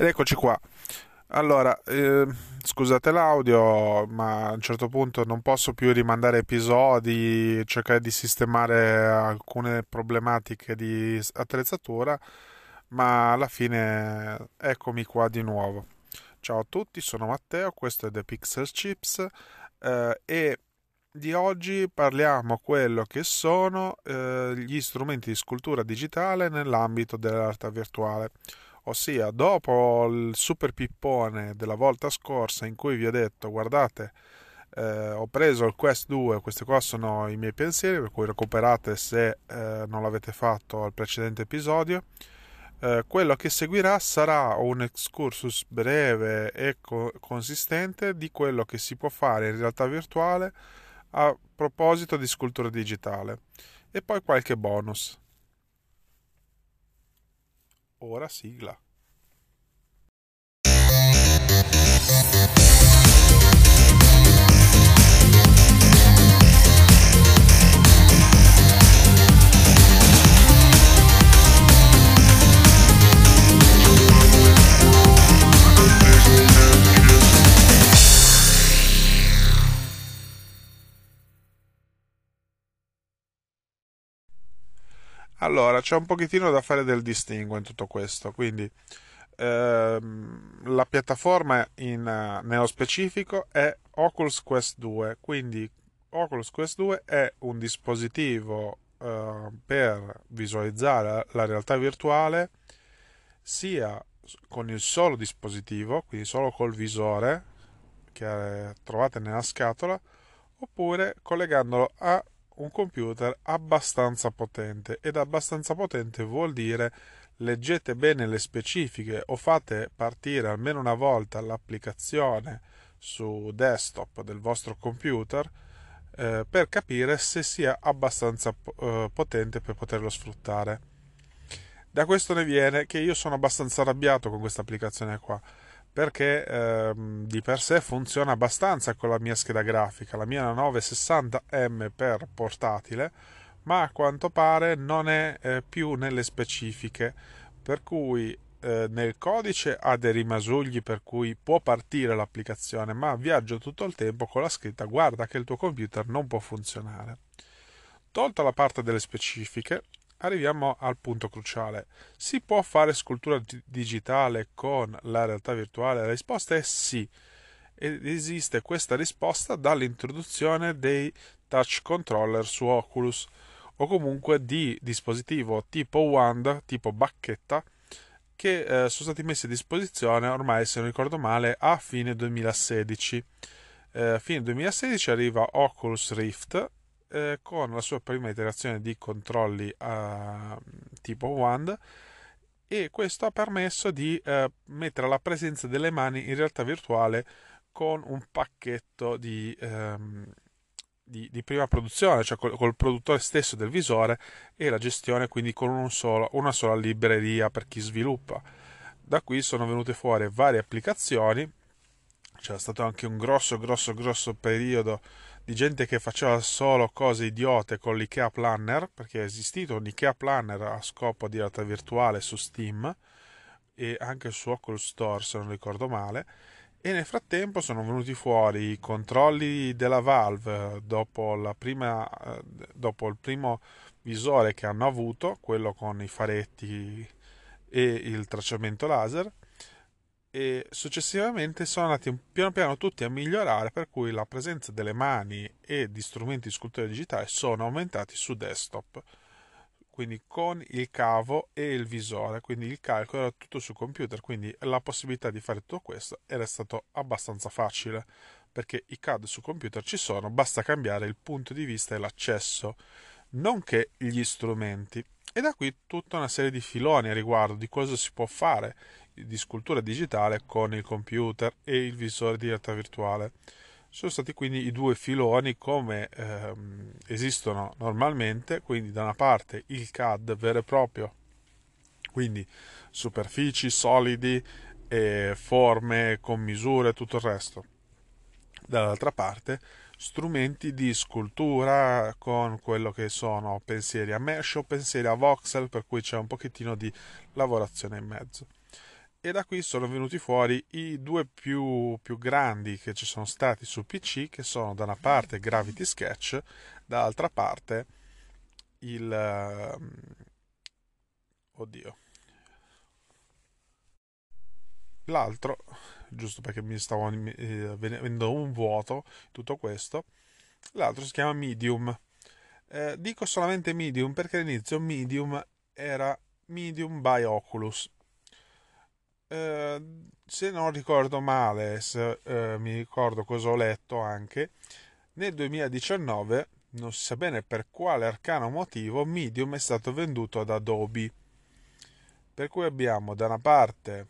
Ed eccoci qua. Allora, scusate l'audio, ma a un certo punto non posso più rimandare episodi, cercare di sistemare alcune problematiche di attrezzatura, ma alla fine eccomi qua di nuovo. Ciao a tutti, sono Matteo, questo è The Pixel Chips, e di oggi parliamo quello che sono gli strumenti di scultura digitale nell'ambito della realtà virtuale. Ossia, dopo il super pippone della volta scorsa in cui vi ho detto, guardate, ho preso il Quest 2, questi qua sono i miei pensieri, per cui recuperate se non l'avete fatto al precedente episodio. Quello che seguirà sarà un excursus breve e consistente di quello che si può fare in realtà virtuale a proposito di scultura digitale e poi qualche bonus. Ora sigla. Allora, c'è un pochettino da fare del distinguo in tutto questo, quindi la piattaforma nello specifico è Oculus Quest 2, quindi Oculus Quest 2 è un dispositivo per visualizzare la realtà virtuale sia con il solo dispositivo, quindi solo col visore che trovate nella scatola, oppure collegandolo a un computer abbastanza potente. Ed abbastanza potente vuol dire leggete bene le specifiche o fate partire almeno una volta l'applicazione su desktop del vostro computer per capire se sia abbastanza potente per poterlo sfruttare. Da questo ne viene che io sono abbastanza arrabbiato con questa applicazione qua, perché di per sé funziona abbastanza con la mia scheda grafica, la mia 960M per portatile, ma a quanto pare non è più nelle specifiche, per cui nel codice ha dei rimasugli per cui può partire l'applicazione, ma viaggia tutto il tempo con la scritta guarda che il tuo computer non può funzionare. Tolta la parte delle specifiche, arriviamo al punto cruciale. Si può fare scultura digitale con la realtà virtuale? La risposta è sì. Ed esiste questa risposta dall'introduzione dei touch controller su Oculus o comunque di dispositivo tipo wand, tipo bacchetta, che sono stati messi a disposizione ormai, se non ricordo male, a fine 2016. A fine 2016 arriva Oculus Rift con la sua prima iterazione di controlli tipo wand, e questo ha permesso di mettere la presenza delle mani in realtà virtuale con un pacchetto di prima produzione, cioè col produttore stesso del visore e la gestione quindi con una sola libreria per chi sviluppa. Da qui sono venute fuori varie applicazioni. C'era stato anche un grosso periodo di gente che faceva solo cose idiote con l'IKEA Planner, perché è esistito un IKEA Planner a scopo di realtà virtuale su Steam e anche su Oculus Store, se non ricordo male. E nel frattempo sono venuti fuori i controlli della Valve dopo il primo visore che hanno avuto, quello con i faretti e il tracciamento laser, e successivamente sono andati piano piano tutti a migliorare, per cui la presenza delle mani e di strumenti di scultura digitale sono aumentati su desktop, quindi con il cavo e il visore, quindi il calcolo era tutto su computer, quindi la possibilità di fare tutto questo era stato abbastanza facile, perché i CAD su computer ci sono, basta cambiare il punto di vista e l'accesso, nonché gli strumenti. E da qui tutta una serie di filoni a riguardo di cosa si può fare di scultura digitale con il computer e il visore di realtà virtuale. Sono stati quindi i due filoni come esistono normalmente, quindi da una parte il CAD vero e proprio, quindi superfici, solidi, forme con misure e tutto il resto. Dall'altra parte strumenti di scultura con quello che sono pensieri a mesh o pensieri a voxel, per cui c'è un pochettino di lavorazione in mezzo. E da qui sono venuti fuori i due più grandi che ci sono stati su PC, che sono da una parte Gravity Sketch, dall'altra parte il... oddio. L'altro, giusto perché mi stavo venendo un vuoto, tutto questo, l'altro si chiama Medium. Dico solamente Medium perché all'inizio Medium era Medium by Oculus. Se non ricordo male, se mi ricordo cosa ho letto anche, nel 2019, non si sa bene per quale arcano motivo, Medium è stato venduto ad Adobe. Per cui abbiamo da una parte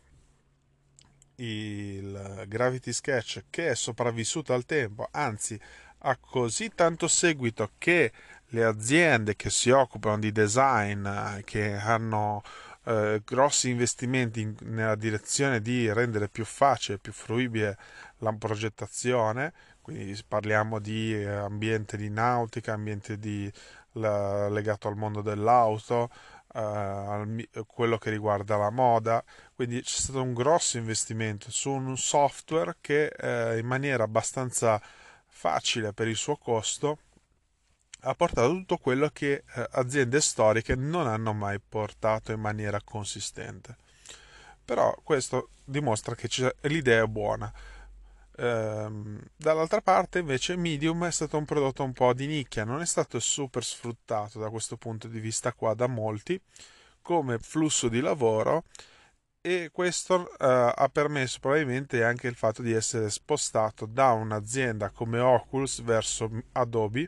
il Gravity Sketch che è sopravvissuto al tempo, anzi ha così tanto seguito che le aziende che si occupano di design, che hanno grossi investimenti nella direzione di rendere più facile, più fruibile la progettazione, quindi parliamo di ambiente di nautica, ambiente legato al mondo dell'auto, quello che riguarda la moda, quindi c'è stato un grosso investimento su un software che in maniera abbastanza facile per il suo costo ha portato tutto quello che aziende storiche non hanno mai portato in maniera consistente. Però questo dimostra che l'idea è buona. Dall'altra parte invece Medium è stato un prodotto un po' di nicchia, non è stato super sfruttato da questo punto di vista qua da molti come flusso di lavoro, e questo ha permesso probabilmente anche il fatto di essere spostato da un'azienda come Oculus verso Adobe,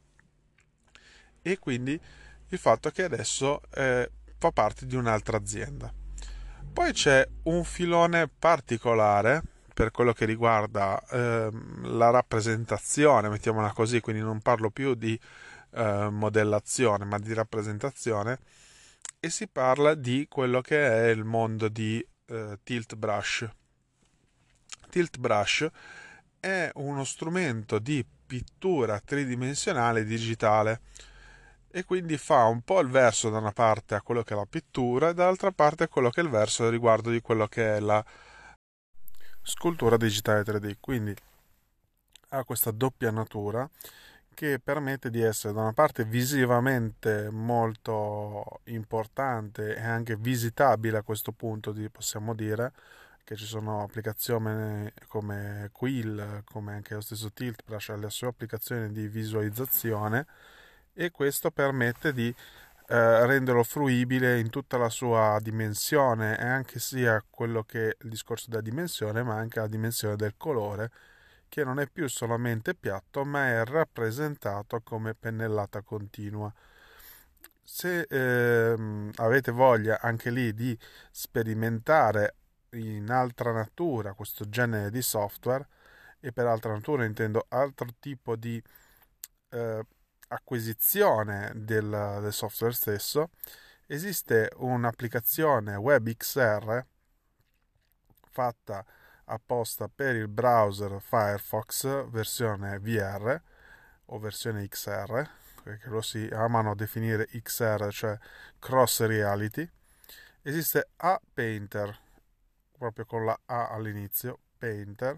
e quindi il fatto che adesso fa parte di un'altra azienda. Poi c'è un filone particolare per quello che riguarda la rappresentazione, mettiamola così, quindi non parlo più di modellazione, ma di rappresentazione, e si parla di quello che è il mondo di Tilt Brush. Tilt Brush è uno strumento di pittura tridimensionale digitale e quindi fa un po' il verso da una parte a quello che è la pittura e dall'altra parte a quello che è il verso riguardo di quello che è la scultura digitale 3D. Quindi ha questa doppia natura che permette di essere da una parte visivamente molto importante e anche visitabile a questo punto, possiamo dire che ci sono applicazioni come Quill, come anche lo stesso Tiltbrush ha le sue applicazioni di visualizzazione, e questo permette di renderlo fruibile in tutta la sua dimensione, e anche sia quello che è il discorso della dimensione, ma anche la dimensione del colore, che non è più solamente piatto, ma è rappresentato come pennellata continua. Se avete voglia anche lì di sperimentare in altra natura questo genere di software, e per altra natura intendo altro tipo di eh, acquisizione del software stesso, esiste un'applicazione WebXR fatta apposta per il browser Firefox versione VR o versione XR, che lo si amano definire XR, cioè Cross Reality. Esiste A-Painter, proprio con la A all'inizio, Painter,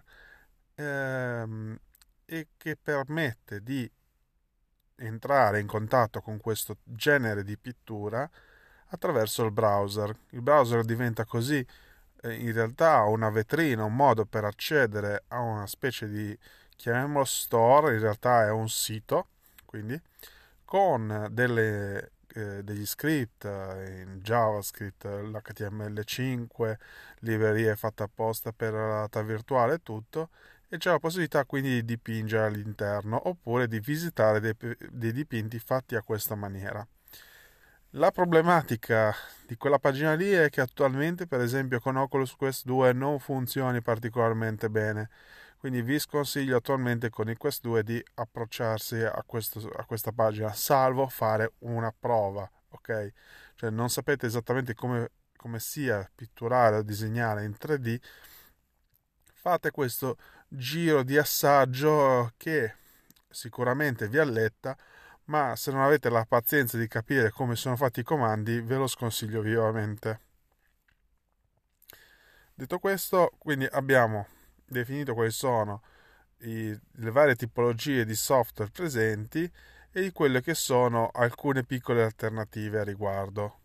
e che permette di entrare in contatto con questo genere di pittura attraverso il browser. Il browser diventa così in realtà una vetrina, un modo per accedere a una specie di, chiamiamolo store, in realtà è un sito, quindi con degli script in JavaScript, l'HTML5, librerie fatte apposta per la realtà virtuale e tutto, e c'è la possibilità quindi di dipingere all'interno oppure di visitare dei dipinti fatti a questa maniera. La problematica di quella pagina lì è che attualmente, per esempio, con Oculus Quest 2 non funzioni particolarmente bene. Quindi vi sconsiglio attualmente con il Quest 2 di approcciarsi a questa pagina, salvo fare una prova, ok? Cioè non sapete esattamente come sia pitturare o disegnare in 3D, fate questo giro di assaggio che sicuramente vi alletta, ma se non avete la pazienza di capire come sono fatti i comandi, ve lo sconsiglio vivamente. Detto questo, quindi abbiamo definito quali sono le varie tipologie di software presenti e di quelle che sono alcune piccole alternative a riguardo.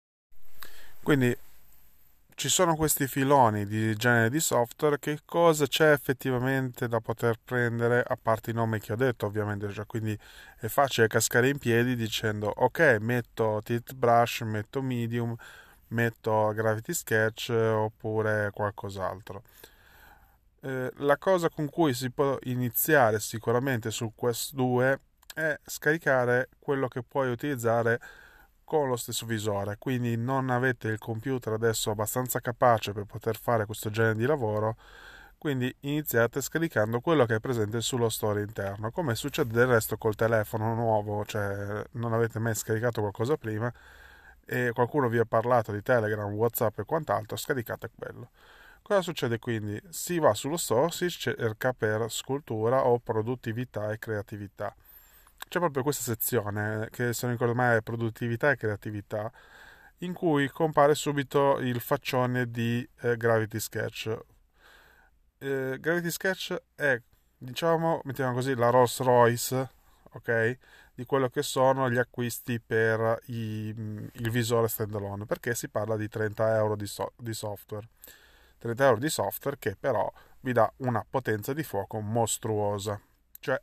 Quindi ci sono questi filoni di genere di software, che cosa c'è effettivamente da poter prendere, a parte i nomi che ho detto ovviamente già, quindi è facile cascare in piedi dicendo ok, metto Tilt Brush, metto Medium, metto Gravity Sketch oppure qualcos'altro. La cosa con cui si può iniziare sicuramente su Quest 2 è scaricare quello che puoi utilizzare con lo stesso visore, quindi non avete il computer adesso abbastanza capace per poter fare questo genere di lavoro, quindi iniziate scaricando quello che è presente sullo store interno, come succede del resto col telefono nuovo, cioè non avete mai scaricato qualcosa prima e qualcuno vi ha parlato di Telegram, WhatsApp e quant'altro, scaricate quello. Cosa succede quindi? Si va sullo store, si cerca per scultura o produttività e creatività. C'è proprio questa sezione che, se non ricordo male, è produttività e creatività, in cui compare subito il faccione di Gravity Sketch. Gravity Sketch è, diciamo, mettiamo così, la Rolls Royce, ok? Di quello che sono gli acquisti per il visore standalone, perché si parla di 30 euro di software. 30 euro di software che però vi dà una potenza di fuoco mostruosa. Cioè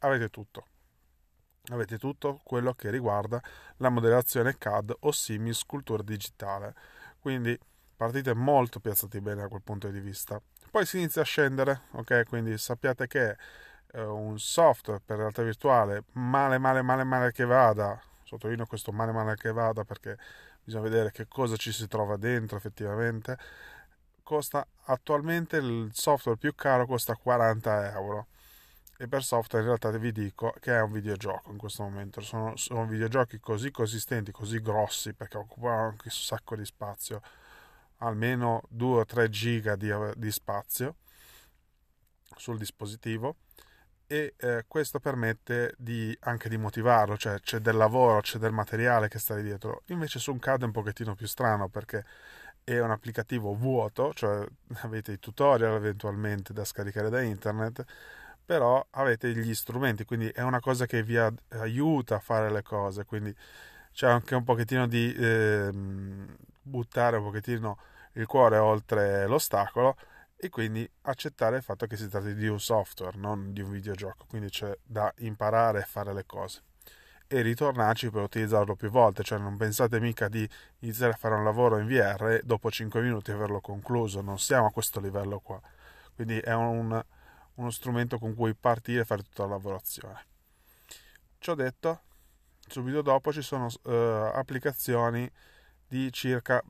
avete tutto quello che riguarda la modellazione CAD o simil scultura digitale. Quindi partite molto piazzati bene da quel punto di vista. Poi si inizia a scendere, ok? Quindi sappiate che un software per realtà virtuale, male che vada, sottolineo questo male che vada perché bisogna vedere che cosa ci si trova dentro effettivamente, costa attualmente, il software più caro costa 40 euro, e per software in realtà vi dico che è un videogioco in questo momento. Sono videogiochi così consistenti, così grossi, perché occupano anche un sacco di spazio, almeno 2 o 3 giga di spazio sul dispositivo, e questo permette anche di motivarlo, cioè c'è del lavoro, c'è del materiale che sta lì dietro. Invece su un CAD è un pochettino più strano, perché è un applicativo vuoto, cioè avete i tutorial eventualmente da scaricare da internet, però avete gli strumenti, quindi è una cosa che vi aiuta a fare le cose, quindi c'è anche un pochettino di buttare un pochettino il cuore oltre l'ostacolo, e quindi accettare il fatto che si tratti di un software, non di un videogioco, quindi c'è da imparare a fare le cose e ritornarci per utilizzarlo più volte, cioè non pensate mica di iniziare a fare un lavoro in VR e dopo 5 minuti averlo concluso, non siamo a questo livello qua, quindi è uno strumento con cui partire e fare tutta la lavorazione. Ciò detto, subito dopo ci sono applicazioni di circa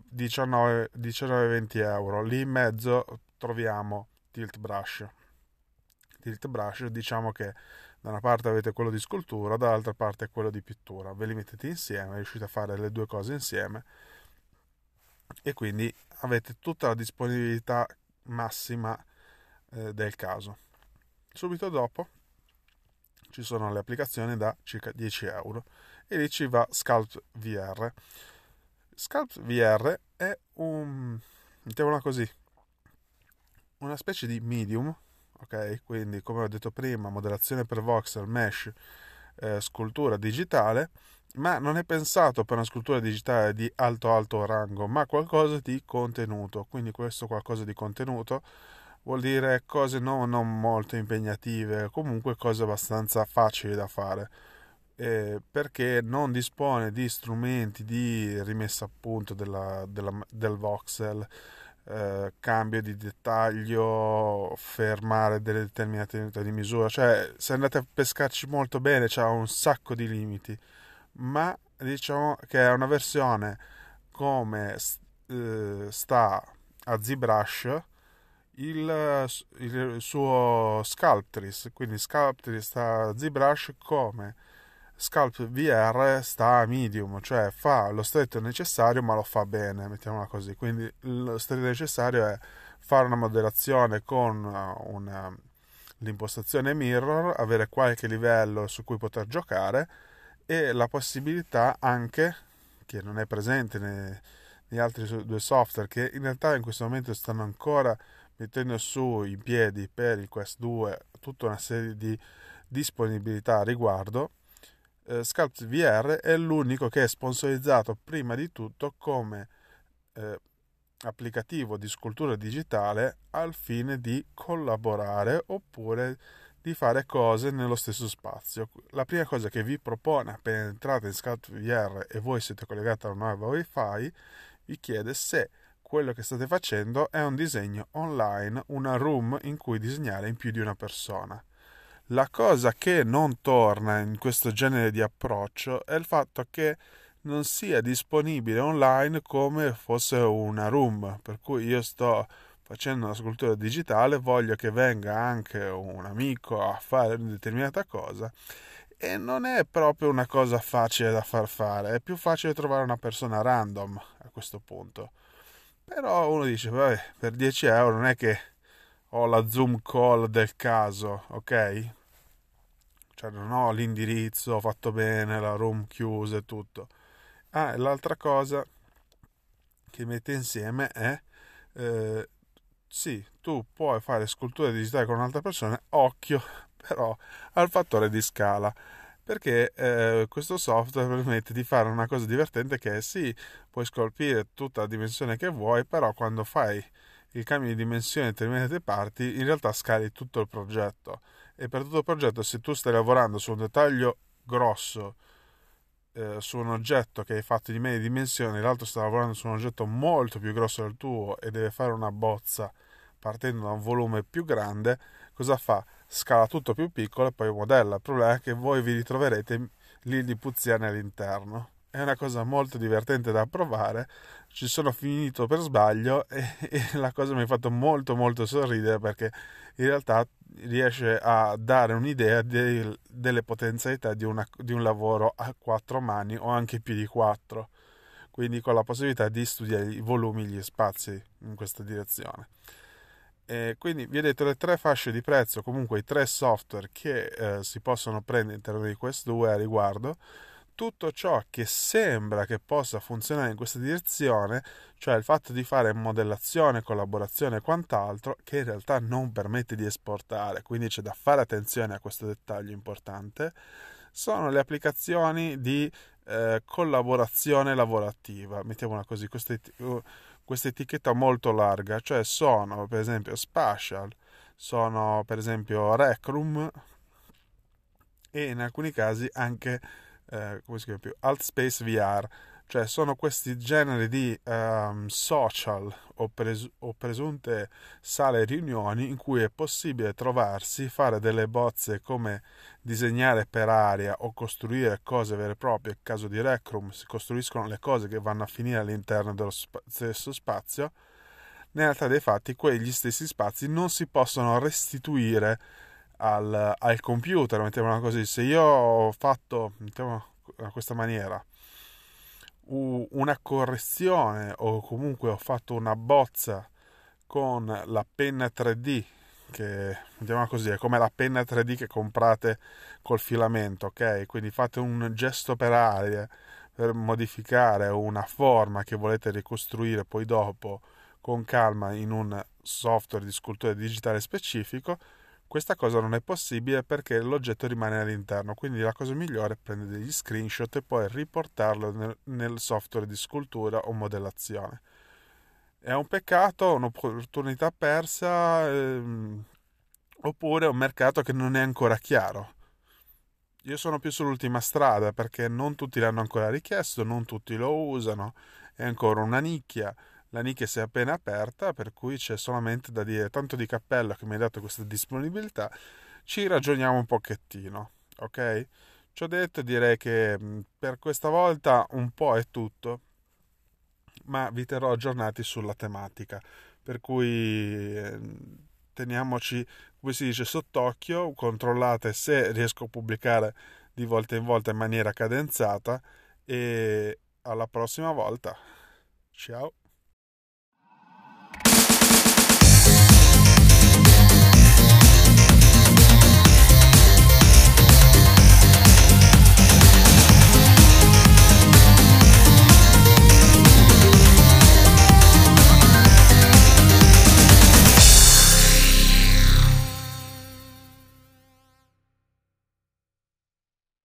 19-20 euro, lì in mezzo troviamo Tilt Brush. Tilt Brush, diciamo che da una parte avete quello di scultura, dall'altra parte quello di pittura, ve li mettete insieme, riuscite a fare le due cose insieme e quindi avete tutta la disponibilità massima del caso. Subito dopo ci sono le applicazioni da circa 10 euro e lì ci va Sculpt VR. Sculpt VR è mettiamola così, una specie di medium, ok? Quindi, come ho detto prima, modellazione per voxel, mesh, scultura digitale, ma non è pensato per una scultura digitale di alto rango, ma qualcosa di contenuto. Quindi questo qualcosa di contenuto vuol dire cose non molto impegnative, comunque cose abbastanza facili da fare. Perché non dispone di strumenti di rimessa a punto del voxel, cambio di dettaglio, fermare delle determinate unità di misura, cioè se andate a pescarci molto bene c'ha un sacco di limiti, ma diciamo che è una versione come sta a ZBrush il suo Sculptris, quindi Sculptris sta a ZBrush come Sculpt VR sta a medium, cioè fa lo stretto necessario ma lo fa bene, mettiamola così. Quindi lo stretto necessario è fare una modellazione con l'impostazione mirror, avere qualche livello su cui poter giocare e la possibilità anche, che non è presente gli altri due software che in realtà in questo momento stanno ancora mettendo su in piedi per il Quest 2 tutta una serie di disponibilità a riguardo. Sculpt VR è l'unico che è sponsorizzato prima di tutto come eh, applicativo di scultura digitale al fine di collaborare oppure di fare cose nello stesso spazio. La prima cosa che vi propone appena entrate in Sculpt VR e voi siete collegati a una nuova Wi-Fi, vi chiede se quello che state facendo è un disegno online, una room in cui disegnare in più di una persona. La cosa che non torna in questo genere di approccio è il fatto che non sia disponibile online come fosse una room, per cui io sto facendo una scultura digitale, voglio che venga anche un amico a fare una determinata cosa e non è proprio una cosa facile da far fare, è più facile trovare una persona random a questo punto. Però uno dice, vabbè, per 10 euro non è che ho la Zoom call del caso, ok? Cioè non ho l'indirizzo fatto bene, la room chiusa e tutto. Ah, e l'altra cosa che mette insieme è, eh, sì, tu puoi fare sculture digitali con un'altra persona, occhio però al fattore di scala, perché questo software permette di fare una cosa divertente che è sì, puoi scolpire tutta la dimensione che vuoi, però quando fai il cambio di dimensione in determinate parti, in realtà scali tutto il progetto. E per tutto il progetto, se tu stai lavorando su un dettaglio grosso, su un oggetto che hai fatto di medie dimensioni, l'altro sta lavorando su un oggetto molto più grosso del tuo e deve fare una bozza partendo da un volume più grande, cosa fa? Scala tutto più piccolo e poi modella. Il problema è che voi vi ritroverete lì di puziani all'interno. È una cosa molto divertente da provare. Ci sono finito per sbaglio e la cosa mi ha fatto molto molto sorridere perché in realtà riesce a dare un'idea delle potenzialità di un lavoro a quattro mani o anche più di quattro, quindi con la possibilità di studiare i volumi, gli spazi in questa direzione. E quindi vi ho detto le tre fasce di prezzo, comunque i tre software che si possono prendere all'interno di Quest 2 a riguardo. Tutto ciò che sembra che possa funzionare in questa direzione, cioè il fatto di fare modellazione, collaborazione e quant'altro, che in realtà non permette di esportare, quindi c'è da fare attenzione a questo dettaglio importante, sono le applicazioni di collaborazione lavorativa, mettiamola così, questa etichetta molto larga, cioè sono per esempio Spatial, sono per esempio Rec Room e in alcuni casi anche come si chiama più? Altspace VR, cioè sono questi generi di social o presunte sale riunioni in cui è possibile trovarsi, fare delle bozze come disegnare per area o costruire cose vere e proprie. In caso di Rec Room si costruiscono le cose che vanno a finire all'interno dello stesso spazio. Nella realtà dei fatti, quegli stessi spazi non si possono restituire al computer, mettiamola così. Se io ho fatto, mettiamola in questa maniera, una correzione o comunque ho fatto una bozza con la penna 3D, che mettiamola così, è come la penna 3D che comprate col filamento, ok? Quindi fate un gesto per aria per modificare una forma che volete ricostruire poi dopo con calma in un software di scultura digitale specifico. Questa cosa non è possibile perché l'oggetto rimane all'interno, quindi la cosa migliore è prendere degli screenshot e poi riportarlo nel software di scultura o modellazione. È un peccato, un'opportunità persa, oppure un mercato che non è ancora chiaro. Io sono più sull'ultima strada perché non tutti l'hanno ancora richiesto, non tutti lo usano, è ancora una nicchia. La nicchia si è appena aperta, per cui c'è solamente da dire tanto di cappello che mi hai dato questa disponibilità, ci ragioniamo un pochettino, ok? Ci ho detto, direi che per questa volta un po' è tutto, ma vi terrò aggiornati sulla tematica, per cui teniamoci, come si dice, sott'occhio, controllate se riesco a pubblicare di volta in volta in maniera cadenzata e alla prossima volta. Ciao.